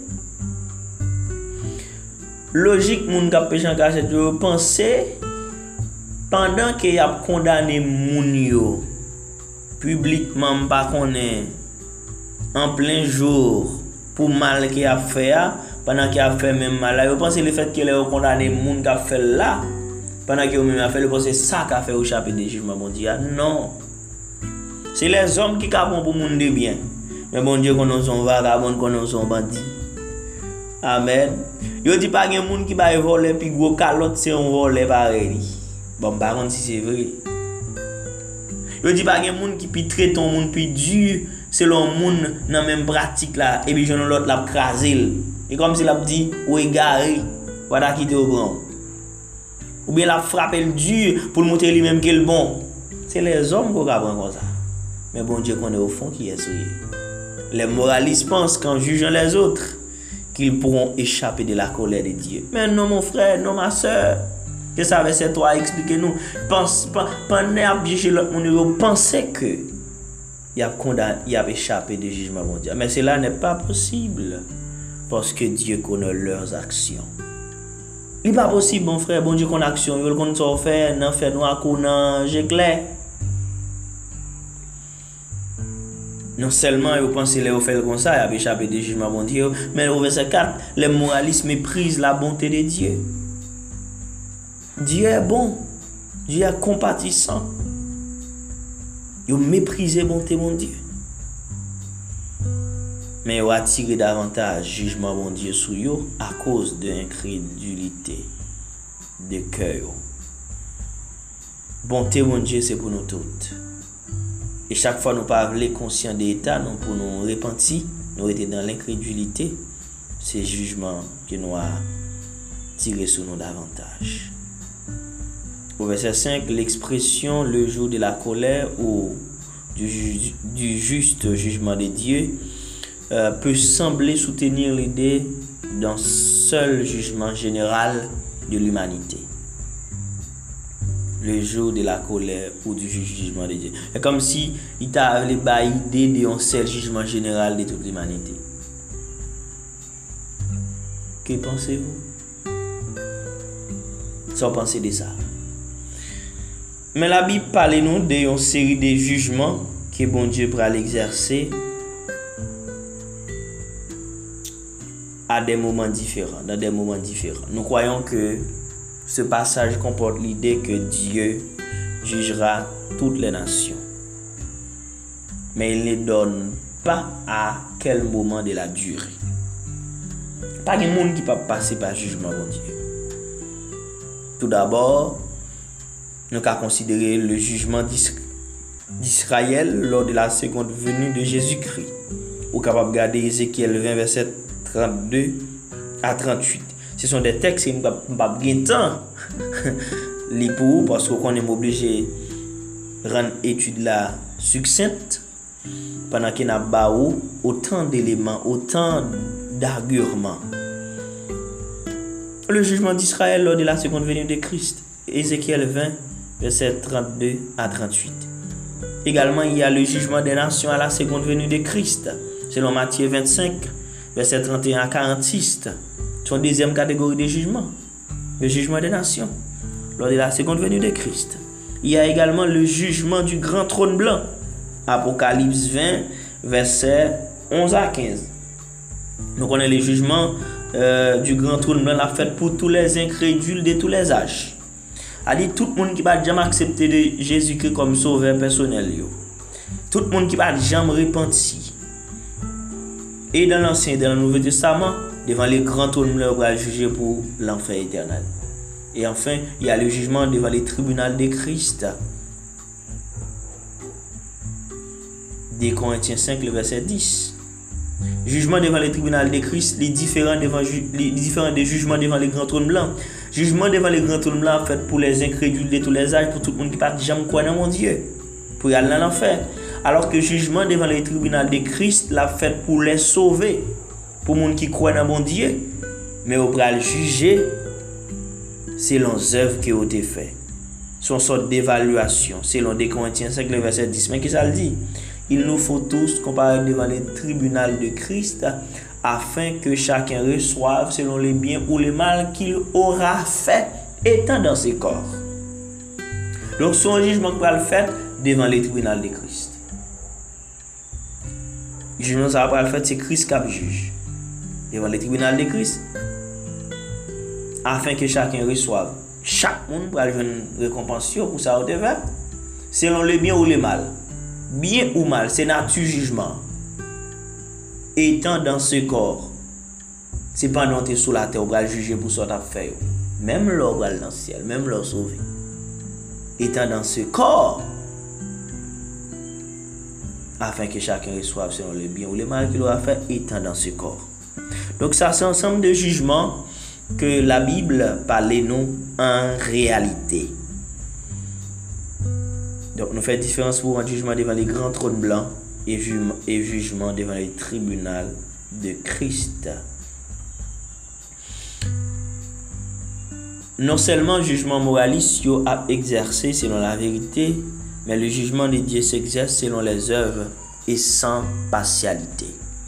Logique, moun qui a péché en cachette, je pensais pendant qu'il a condamné moun yo publiquement, pas connaît en plein jour pour mal qu'il a fait, pendant qu'il a fait même mal, je pense le fait qu'il a condamné moun qui a fait là, pendant qu'il a fait, je pense ça qui a fait échapper du jugement mondial. Non. C'est les hommes qui capent pour monde de bien. Mais bon Dieu connaît son vagabond, connaît son bandit. Amen. Yo dit pas gen monde qui va voler puis gros calotte c'est un voler pareil. Bon par contre si c'est vrai. Yo dit pas gen monde qui puis traite monde puis dur selon monde dans même pratique là et puis j'en l'autre l'a craser. Et comme s'il a dit, ou égaré, ou a quitté au grand. Ou bien la frappe le dur pour le montrer lui-même qu'il est bon. C'est les hommes qui apprennent comme ça. Mais bon Dieu connaît au fond qui est souillé. Les moralistes pensent qu'en jugeant les autres, qu'ils pourront échapper de la colère de Dieu. Mais non mon frère, non ma soeur. Que ça veut c'est toi, expliquez-nous. Pendant à juger l'autre monde, pensez que il a échappé du jugement mondial. Mais cela n'est pas possible. Parce que Dieu connaît leurs actions. Il n'est pas possible, mon frère, bon Dieu connaît action. Il connaît ce qu'on fait, non fait noir, non j'ai clair. Non seulement vous pensez que vous faites comme ça, il a échappé du jugement mondial, mais au verset 4, les moralistes méprisent la bonté de Dieu. Dieu est bon, Dieu est compatissant. Ils méprisent la bonté de Dieu. Mais ils attirent davantage jugement de Dieu sur eux à cause de l'incrédulité de cœur. Bonté de Dieu, c'est pour nous toutes. Et chaque fois nous parlons conscients de l'état, nous pour nous repentir, nous étions dans l'incrédulité, c'est jugement qui nous a tiré sur nous davantage. Au verset 5, l'expression le jour de la colère ou du juste jugement de Dieu peut sembler soutenir l'idée d'un seul jugement général de l'humanité. Le jour de la colère ou du jugement de Dieu. C'est comme si il t'avait l'idée d'un seul jugement général de toute l'humanité. Que pensez-vous? Sans penser de ça. Mais la Bible parle nous d'une série de jugements que bon Dieu pourra l'exercer à des moments différents, dans des moments différents. Nous croyons que ce passage comporte l'idée que Dieu jugera toutes les nations. Mais il ne donne pas à quel moment de la durée. Pas de monde qui peut passer par jugement de Dieu. Tout d'abord, nous avons considéré le jugement d'Israël lors de la seconde venue de Jésus-Christ. Ou capable de regarder Ézéchiel 20, verset 32 à 38. Ce sont des textes qui ne sont pas bien temps pour parce qu'on est obligé de rendre l'étude là succincte pendant qu'il y a autant d'éléments, autant d'arguments. Le jugement d'Israël lors de la seconde venue de Christ, Ézéchiel 20, verset 32 à 38. Également, il y a le jugement des nations à la seconde venue de Christ, selon Matthieu 25, verset 31 à 46. Son deuxième catégorie de jugement, le jugement des nations, lors de la seconde venue de Christ. Il y a également le jugement du grand trône blanc, Apocalypse 20, verset 11 à 15. Donc on a le jugement du grand trône blanc, la fête pour tous les incrédules de tous les âges. A dit tout le monde qui va jamais accepter de Jésus-Christ comme sauveur personnel. Tout le monde qui va jamais repentir. Et dans l'Ancien et dans le Nouveau Testament, devant les grands trônes blancs, on va juger pour l'enfer éternel. Et enfin, il y a le jugement devant les tribunaux de Christ. 2 Corinthiens 5, le verset 10. Jugement devant les tribunaux de Christ, les différents des jugements devant les grands trônes blancs. Jugement devant les grands trônes blancs fait pour les incrédules de tous les âges, pour tout le monde qui ne jamais croire dans mon Dieu, pour y aller dans l'enfer. Alors que jugement devant les tribunaux de Christ, l'a fait pour les sauver, pour les gens qui croient dans mon Dieu, mais on va le juger selon les œuvres qui ont été faites. C'est une sorte d'évaluation, selon 2 Corinthiens 5, le verset 10. Mais qu'est-ce que ça le dit? Il nous faut tous comparer devant les tribunaux de Christ afin que chacun reçoive selon les biens ou les mal qu'il aura fait étant dans ses corps. Donc son jugement va le faire devant les tribunaux de Christ. Le jugement ça va le faire, c'est Christ qui juge devant les tribunaux de Christ afin que chacun reçoive. Chaque monde va avoir une récompense pour ça selon les biens ou les mal. Bien ou mal, c'est nature jugement. Étant dans ce corps, c'est pas non t'es sous la terre, on va juger pour ce que tu as fait. Même l'or va dans le ciel, même l'or sauvé. Étant dans ce corps, afin que chacun reçoive selon le bien ou le mal qu'il aura fait, étant dans ce corps. Donc ça, c'est un ensemble de jugements que la Bible parle nous en réalité. Donc nous faisons différence pour un jugement devant les grands trônes blancs et jugement devant les tribunaux de Christ. Non seulement le jugement moraliste a exercé selon la vérité, mais le jugement de Dieu s'exerce selon les œuvres et sans partialité.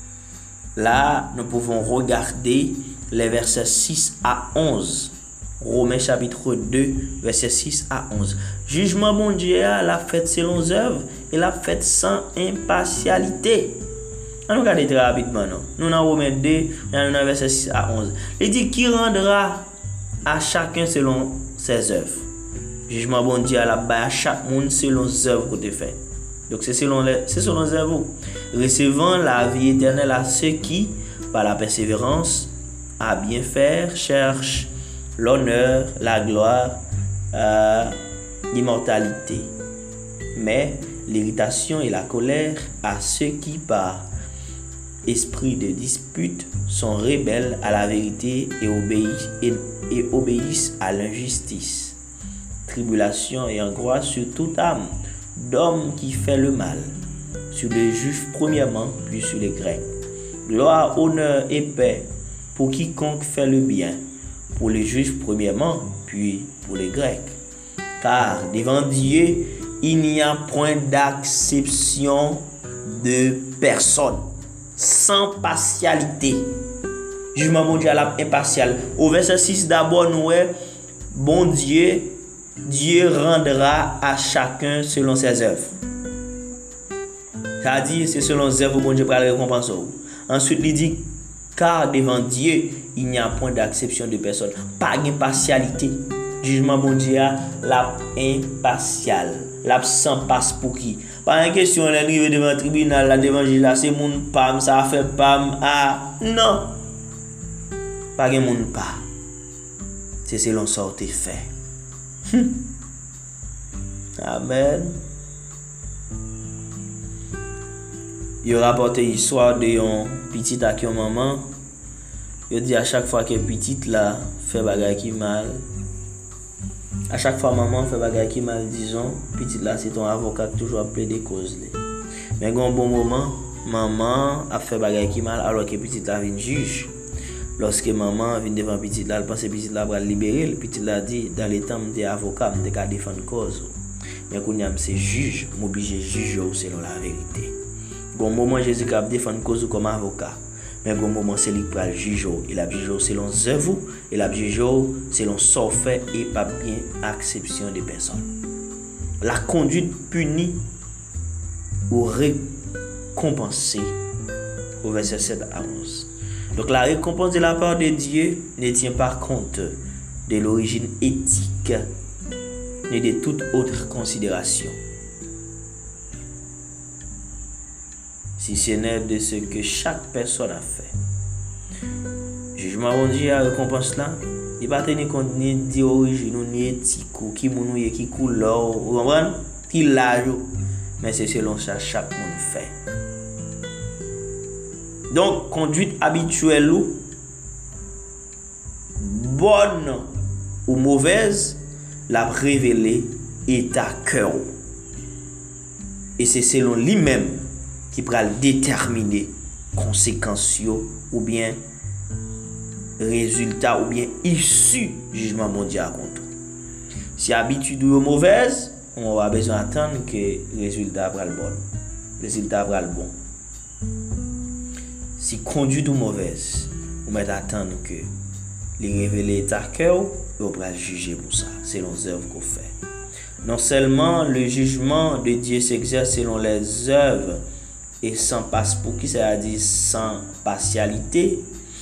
Là, nous pouvons regarder les versets 6 à 11. Romains chapitre 2, versets 6 à 11. Jugement bon Dieu l'a fait selon les œuvres et l'a fait sans impartialité. On regarde très rapidement. Nous dans Romains 2, dans verset 6 à 11. Il dit qui rendra à chacun selon ses œuvres. Jugement bon Dieu la bas à chaque monde selon les œuvres que tu fais. Donc c'est selon les œuvres. Recevant la vie éternelle à ceux qui, par la persévérance, à bien faire, cherchent l'honneur, la gloire, l'immortalité. Mais l'irritation et la colère à ceux qui, par esprit de dispute, sont rebelles à la vérité et obéissent à l'injustice. Tribulation et angoisse sur toute âme d'homme qui fait le mal, sur les Juifs premièrement, puis sur les Grecs. Gloire, honneur et paix pour quiconque fait le bien, pour les Juifs premièrement, puis pour les Grecs. Car devant Dieu, il n'y a point d'acception de personne, sans partialité. Jugement mondial impartial. Au verset 6 d'abord, nous bon Dieu rendra à chacun selon ses œuvres. C'est-à-dire, c'est selon ses œuvres que bon Dieu va le récompenser. Ensuite, il dit, car devant Dieu, il n'y a point d'acception de personne. Pas d'impartialité. Jugement bon Dieu, la impartial. L'absent passe pour qui? Pas une question, on est arrivé devant le tribunal, là, devant le juge, là, c'est mon pam, ça fait pam, ah, non. Pas de mon pas. C'est selon ça que tu fait. Amen. Il rapporte l'histoire de un petit à qui un maman. Il dit à chaque fois que petite là fait bagay qui mal. À chaque fois maman fait bagay qui mal, disons, petite là c'est ton avocat qui toujours plaider cause. Mais un bon moment, maman a fait bagay qui mal alors que petite là vient juge. Lorsque maman vient devant petite là, elle pense que petite là va libérer, le petit là dit dans les temps des avocats, me ka défendre cause. Mais quand y a c'est juge, m'oblige juger selon la vérité. Bon moment Jésus qui a défendre cause comme avocat. Mais bon moment c'est lui qui va juger, il a jugé selon œuvres, il a jugé selon son fait et pas bien acception des personnes. La conduite punie ou récompensée au verset 7 à 11. Donc la récompense de la part de Dieu ne tient pas compte de l'origine éthique ni de toute autre considération, si ce n'est de ce que chaque personne a fait. Jugement bon Dieu, la récompense là, il ne va pas tenir compte ni d'origine ni éthique ou qui mounouye, qui couleur, ou qui l'âge, mais c'est selon ça chaque monde fait. Donc, conduite habituelle ou bonne ou mauvaise, la révéler état cœur. Et c'est selon lui-même qui pourra déterminer conséquences ou bien résultat ou bien issue jugement mondial contre. Si habitude ou mauvaise, on va besoin d'attendre que le résultat va le bon. Le résultat va le bon. Si conduite ou mauvaise, on va attendre que les révéler ta cœur, on va juger pour ça, selon les œuvres qu'on fait. Non seulement le jugement de Dieu s'exerce selon les œuvres et sans passe pour qui, c'est-à-dire sans partialité.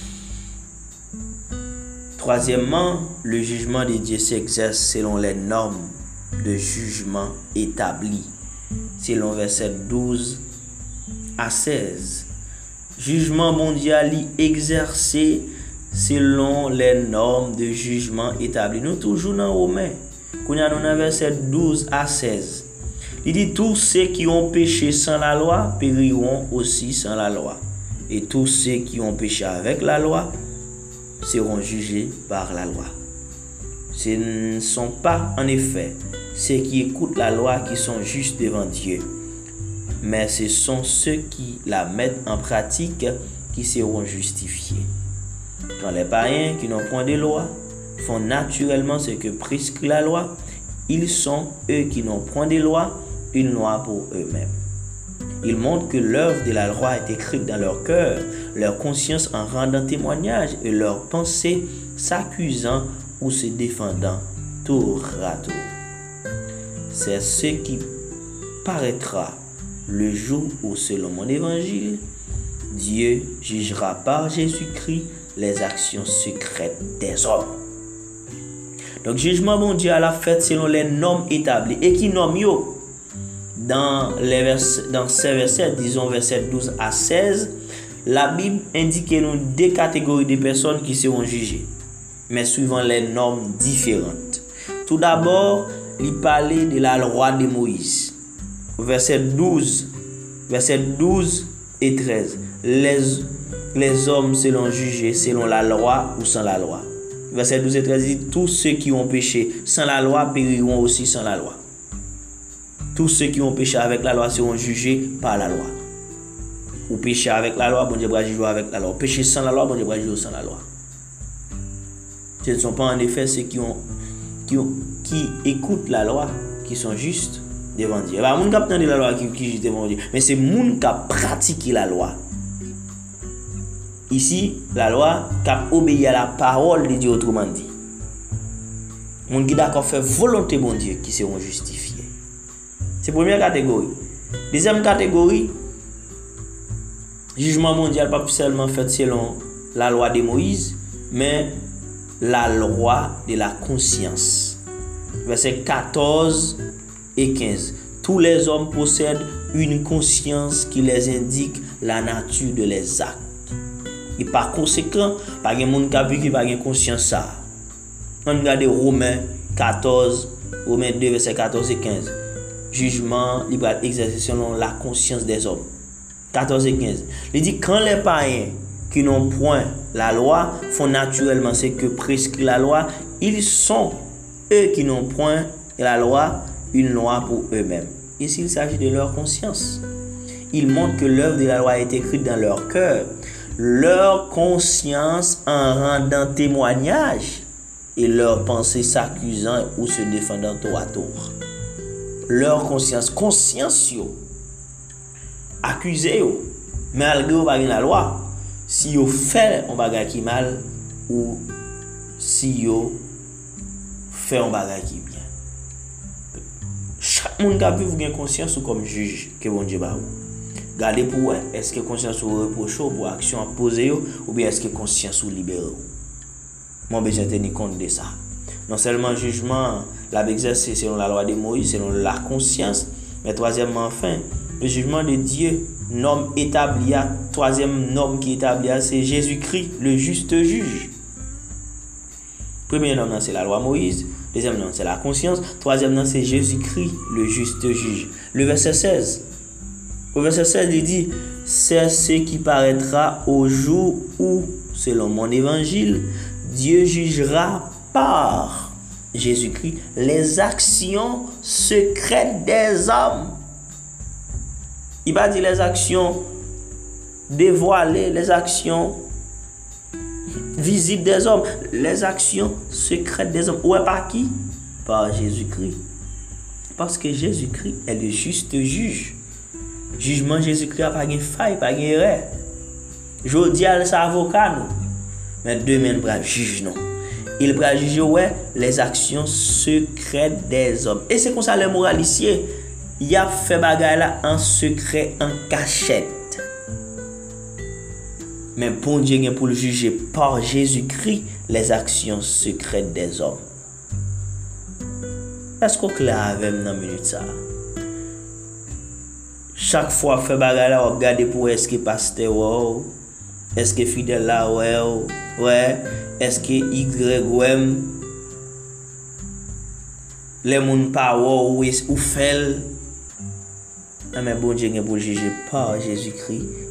Troisièmement, le jugement de Dieu s'exerce selon les normes de jugement établies, selon verset 12 à 16. Jugement mondial exercé selon les normes de jugement établies. Nous toujours dans Romains. Qu'on a dans verset 12 à 16. Il dit tous ceux qui ont péché sans la loi périront aussi sans la loi. Et tous ceux qui ont péché avec la loi seront jugés par la loi. Ce ne sont pas, en effet, ceux qui écoutent la loi qui sont justes devant Dieu, mais ce sont ceux qui la mettent en pratique qui seront justifiés. Quand les païens qui n'ont point de loi font naturellement ce que prescrit la loi, ils sont, eux qui n'ont point de loi, une loi pour eux-mêmes. Ils montrent que l'œuvre de la loi est écrite dans leur cœur, leur conscience en rendant témoignage et leurs pensées s'accusant ou se défendant tour à tour. C'est ce qui paraîtra le jour où, selon mon évangile, Dieu jugera par Jésus-Christ les actions secrètes des hommes. Donc, jugement bon Dieu à la fête selon les normes établies. Et qui nomme yo? Dans ces versets, disons versets 12 à 16, la Bible indique nous deux catégories de personnes qui seront jugées, mais suivant les normes différentes. Tout d'abord, il parlait de la loi de Moïse. Verset 12 et 13. Les hommes seront jugés selon la loi ou sans la loi. Verset 12 et 13 dit, tous ceux qui ont péché sans la loi périront aussi sans la loi. Tous ceux qui ont péché avec la loi seront jugés par la loi. Ou péché avec la loi, bon Dieu va juger avec la loi. Péché sans la loi, bon Dieu va juger sans la loi. Ce ne sont pas en effet ceux qui écoutent la loi qui sont justes devant Dieu. Bah, moun qui attendent la loi qui juste devant Dieu, mais c'est moun qui pratiquent la loi. Ici, la loi qui obéit à la parole de Dieu, autrement dit. Moun qui d'accord faire volonté bon Dieu qui seront justifiés. C'est la première catégorie. Deuxième catégorie, jugement mondial pas seulement fait selon la loi de Moïse, mais la loi de la conscience. Versets 14 et 15. Tous les hommes possèdent une conscience qui les indique la nature de leurs actes. Et par conséquent, pas de monde qui n'a pas conscience ça. On regarde Romains 2, versets 14 et 15. Jugement, il va exercer selon la conscience des hommes. 14 et 15. Il dit quand les païens qui n'ont point la loi font naturellement ce que prescrit la loi, ils sont, eux qui n'ont point la loi, une loi pour eux-mêmes. Ici, il s'agit de leur conscience. Ils montrent que l'œuvre de la loi est écrite dans leur cœur, leur conscience en rendant témoignage et leur pensée s'accusant ou se défendant tour à tour. Leur conscience yo, accusé yo, malgré ou pas la loi, si yo fait un bagage qui mal ou si yo fait un bagage qui bien. Chaque monde qui vivre une conscience ou comme juge que bon Dieu ba ou. Gardez pour est-ce que conscience ou reproche pour action à poser ou bien est-ce que conscience ou libéré. Moi besoin tenir compte de ça. Non seulement jugement, la exercé selon la loi de Moïse, selon la conscience, mais troisièmement, enfin, le jugement de Dieu, norme établie, troisième norme qui est établie, c'est Jésus-Christ, le juste juge. Première norme, c'est la loi Moïse. Deuxième norme, c'est la conscience. Troisième norme, c'est Jésus-Christ, le juste juge. Le verset 16. Au verset 16, il dit, c'est ce qui paraîtra au jour où, selon mon évangile, Dieu jugera par Jésus-Christ les actions secrètes des hommes. Il va dire les actions dévoilées, les actions visibles des hommes, les actions secrètes des hommes. Ouais, par qui? Par Jésus-Christ. Parce que Jésus-Christ est le juste juge. Jugement Jésus-Christ n'a pas de faille, pas de erreur. Je dis à sa avocat, non. Mais demain, il va juger, non. Il va juger les actions secrètes des hommes. Et c'est comme ça les moraliciers, il a fait bagaille là en secret, en cachette. Mais bon Dieu vient pour le juger par Jésus-Christ les actions secrètes des hommes. Est-ce qu'on clair avec dans minute ça? Chaque fois fait bagaille là, on regarde pour est-ce que pasteur wow, est-ce que fidèle là ouais, est-ce que YM les moun pa ou fait. Mais bon Dieu vient pour le juger par Jésus-Christ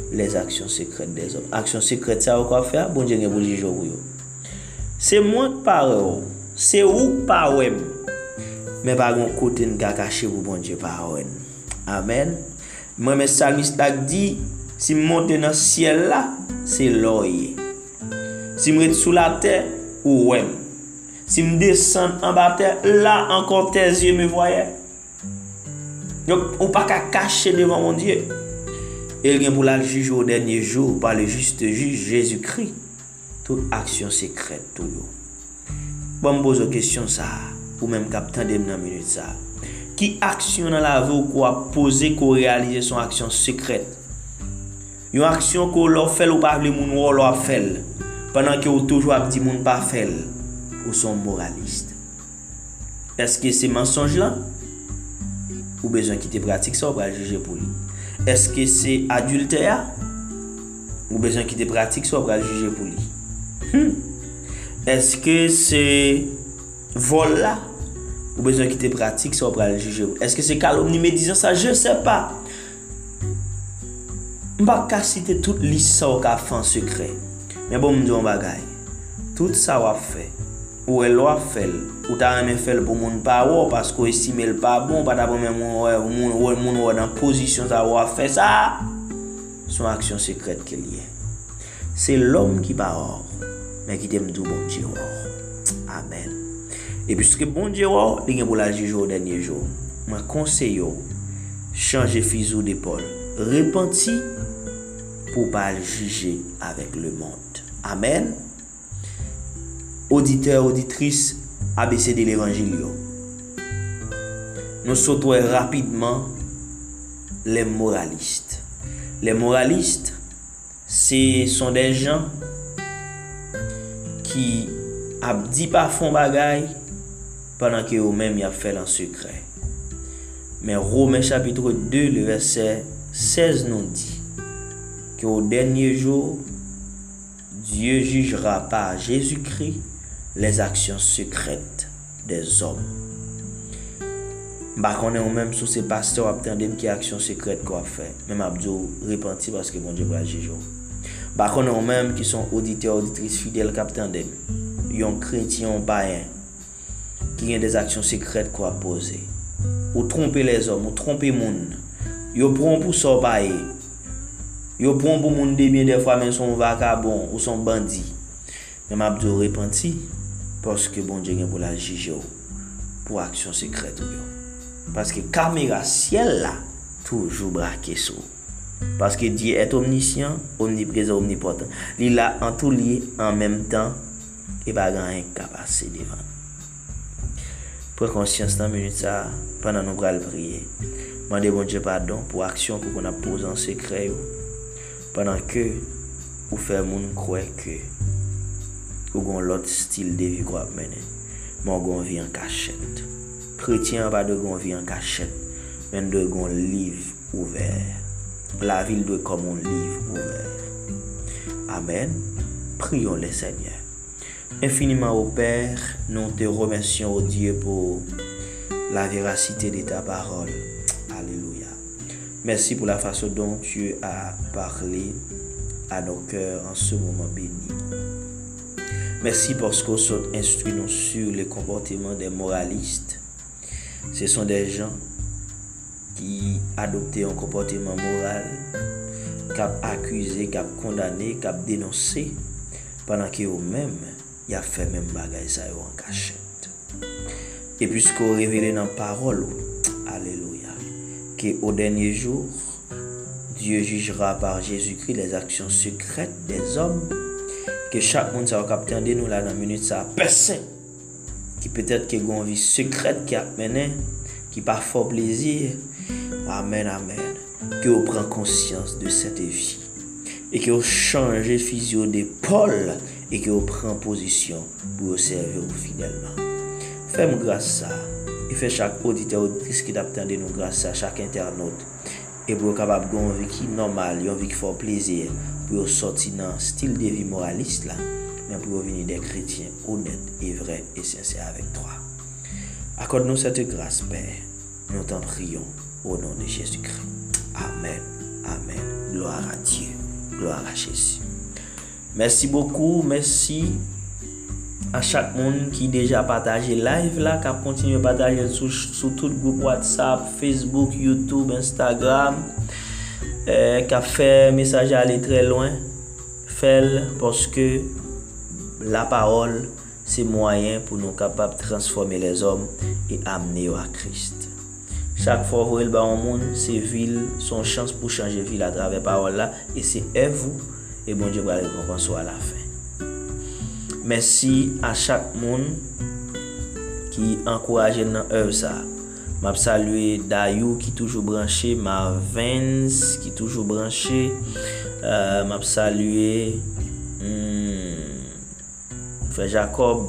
les actions secrètes des hommes. Actions secrètes, ça, quoi faire? Bon Dieu, vous juger pour vous. C'est moi qui parle, c'est où pas ouais. Mais par contre, côté de caché pour bon Dieu parole. Amen. Moi, mes salmistes dit, si je monte dans le ciel là, c'est l'oeil. Si je me sous la terre, ou ouais. Si je descends en bas terre, là encore tes yeux me voyaient. Donc, on ne peut pas cacher devant mon Dieu. Et il vient pour la juger au dernier jour par le juste juge Jésus-Christ. Toute action secrète, tout. Bon, me pose une question ça, ou même captain de minute ça. Qui action dans la vie ou quoi poser qu'on réaliser son action secrète? Une action qu'on leur fait ou pas le monde ou leur fait pendant que ou toujours dit monde pas fait ou sont moralistes. Est-ce que c'est mensonge là? Ou besoin qui te pratique ça ou pas juger pour lui? Est-ce que c'est adultère? Ou besoin qui te pratique ça ou pas juger pour lui? Est-ce que c'est vol là? Ou besoin qui te pratique ça ou pas juger? Est-ce que c'est calomnie médisance ça? Je sais pas. Je ne vais pas citer toute liste ça ou fait en secret. Mais bon, je dis un bagay. Tout ça ou fait. Ou elle a fait. Ou t'as même fait pour mon pas parce qu'on estime le pas bon. Pas d'abord même mon dans position ça ou fait ça. Son action secrète qu'il y a. C'est l'homme qui part. Mais qui t'aime tout bon Dieu. Amen. Et puisque bon Dieu, il est pour la juger au dernier jour. Moi, conseille, changer fuseau d'épaule. Repentir pour pas le juger avec le monde. Amen. Auditeurs, auditrices, ABC de l'évangile. Nous sautons rapidement les moralistes. Les moralistes, ce sont des gens qui dit pas font bagaille pendant que eux-mêmes y a fait en secret. Mais Romains chapitre 2 le verset 16 nous dit que au dernier jour Dieu jugera par Jésus-Christ les actions secrètes des hommes. Bah qu'on est ou même sous ces pasteurs attendent qui action secrète qu'on fait. Même Abdou repentir parce que mon Dieu va juger. Bah qu'on est ou même qui sont auditeurs auditrices fidèles qui attendent. Yon chrétien païen qui ont des actions secrètes qu'on poser. Ou tromper les hommes, ou tromper monde. Yo prend pour ça païen. Yo prend pour monde bien des fois même son vagabond ou son bandit. Même Abdou repentir parce que bon Dieu pour la juger pour action secrète. Parce que caméra ciel là toujours braqué sur. Parce que Dieu est omniscient, omniprésent, omnipotent. Il a en tout lié en même temps et pas rien capacité devant. Prends conscience dans minute ça pendant nous allons prier. Demandez bon Dieu pardon pour action qu'on a posé en secret pendant que vous faites moun croire que ou un l'autre style de vie qu'on mener. Mon gon vie en cachette. Chrétien pas de gon vie en cachette, mais de gon livre ouvert. La ville doit comme un livre ouvert. Amen. Prions le Seigneur. Infiniment au Père, nous te remercions au Dieu pour la véracité de ta parole. Alléluia. Merci pour la façon dont tu as parlé à nos cœurs en ce moment béni. Merci parce qu'on instruit nous sur les comportements des moralistes. Ce sont des gens qui adoptent un comportement moral, qui ont accusé, qui ont condamné, qui ont dénoncé, pendant qu'eux-mêmes, ils ont fait même bagaille ça en cachette. Et puisqu'on révèle dans la parole, alléluia, qu'au dernier jour, Dieu jugera par Jésus-Christ les actions secrètes des hommes, que chaque monde ça capté de nous là dans minute ça personne qui peut-être qui a une vie secrète qui a mené qui pas fort plaisir. Amen, amen. Que vous prend conscience de cette vie et que vous changez physio d'épaule et que vous prend position pour servir fidèlement. Fais-moi grâce à ça et fais chaque auditeur auditrice qui t'attend de nous grâce à chaque internaute et pour capable d'avoir une vie qui normale, une vie qui fait plaisir pour sortir dans un style de vie moraliste là, mais pour venir des chrétiens honnêtes et vrais et sincères avec toi. Accorde-nous cette grâce, Père. Nous t'en prions au nom de Jésus-Christ. Amen. Amen. Gloire à Dieu. Gloire à Jésus. Merci beaucoup. Merci à chaque monde qui déjà partagé live là, qui a continué à partager sur tout groupe WhatsApp, Facebook, YouTube, Instagram, qui a fait message aller très loin. Fait parce que la parole, c'est moyen pour nous capables de transformer les hommes et amener à Christ. Chaque fois que vous voyez le monde, c'est ville, son chance pour changer ville à travers la parole là, et c'est vous, et bon Dieu va le récompenser à la fin. Merci à chaque monde qui encourage dans l'œuvre ça. Je salue Dayou qui toujours branché, Marvins qui toujours branché, je salue Frère Jacob,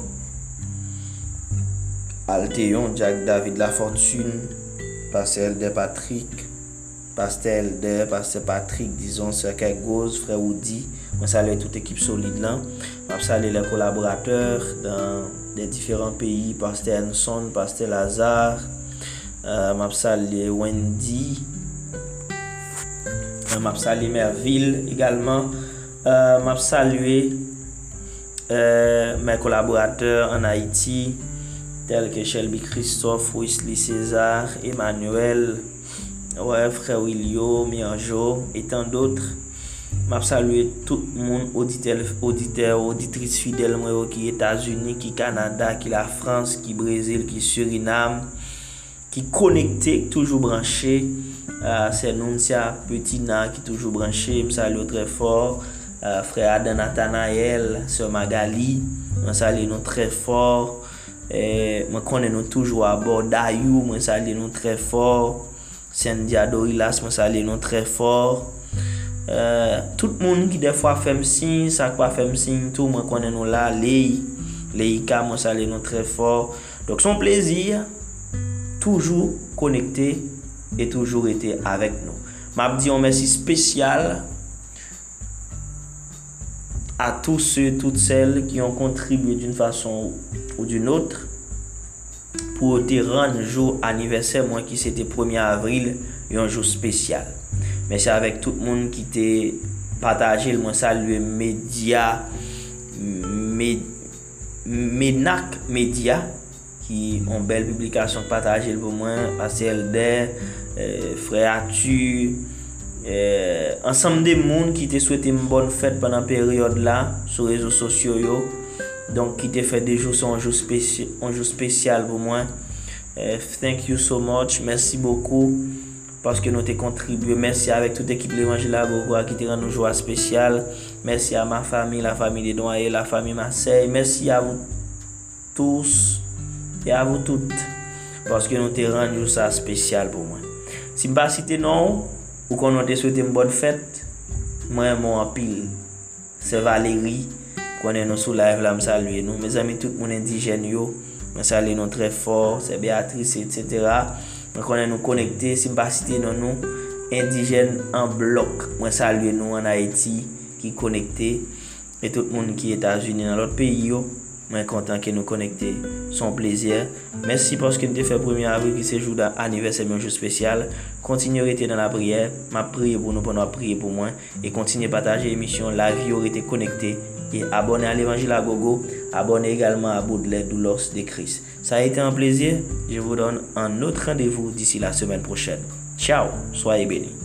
Altéon, Jack David La Fortune, Pasteur Elder Patrick, Pasteur Elder, Pasteur Patrick, disons, Sœur Kegos, Frère Woody. Je salue toute équipe solide là. Je salue les collaborateurs dans les différents pays, Pasteur Hanson, Pasteur Lazare, je salue Wendy, je salue Merville également, je salue mes collaborateurs en Haïti, tels que Shelby Christophe, Wesley César, Emmanuel, Frère Willio, Mianjo et tant d'autres. Je salue tout le monde, auditrice fidèle qui est États-Unis, qui Canada, qui la France, qui Brésil, qui Suriname, qui connecté, toujours branché. C'est Nuntia Petina qui toujours branché. Je salue très fort. Frère Adam Nathanaël, Sœur Magali, je salue nous très fort. Je connais nous toujours à bord. Dayou, je salue nous très fort. Sandia Dorilas, je salue nous très fort. Tout le monde qui des fois fait signe, ça pas fait signe, tout moi connais nous là, Leïka, moi salue nous très fort. Donc son plaisir, toujours connecté et toujours été avec nous. M'a dit un merci spécial à tous ceux, toutes celles qui ont contribué d'une façon ou d'une autre pour te rendre jour anniversaire, moi qui c'était 1er avril, et un jour spécial. Mais c'est avec tout le monde qui t'a partagé, moi saluer média, Ménac Média, qui ont belle publication partagée pour moi, Pasteur Elder, Frère Atu, ensemble des monde qui te souhaité une bonne fête pendant la période là sur les réseaux sociaux yo. Donc qui te fait des jours un jour spécial pour moi. Thank you so much, merci beaucoup parce que nous t'ai contribué. Merci avec toute l'équipe de l'Évangile à Gogo qui te rend nos joie spéciale. Merci à ma famille, la famille des Doyers, la famille Marseille. Merci à vous tous et à vous toutes parce que nous t'ai rendu ça spécial pour moi. Si je ne cite non ou qu'on a souhaité une bonne fête, moi mon pile c'est Valérie qu'on est nous sous live là, me saluer nous mes amis tout le monde indigène yo, me saluer nous très fort, c'est Béatrice etc. Moi qu'on est nous connectés, si pas citer non nous indigènes en bloc, moi saluer nous en Haïti qui connecté et tout le monde qui est États-Unis dans l'autre pays yo. Moi content que nous connecter, son plaisir. Merci parce que nous avons fait 1er avril qui c'est jour d'anniversaire, un jour spécial. Continuez à rester dans la prière, m'a prié pour nous pendant prier pour moi et continuez à partager l'émission, la vie aurait été connectée et abonnez à l'Évangile à Gogo, abonnez également à Baudelaire Doulos de Christ. Ça a été un plaisir. Je vous donne un autre rendez-vous d'ici la semaine prochaine. Ciao, soyez bénis.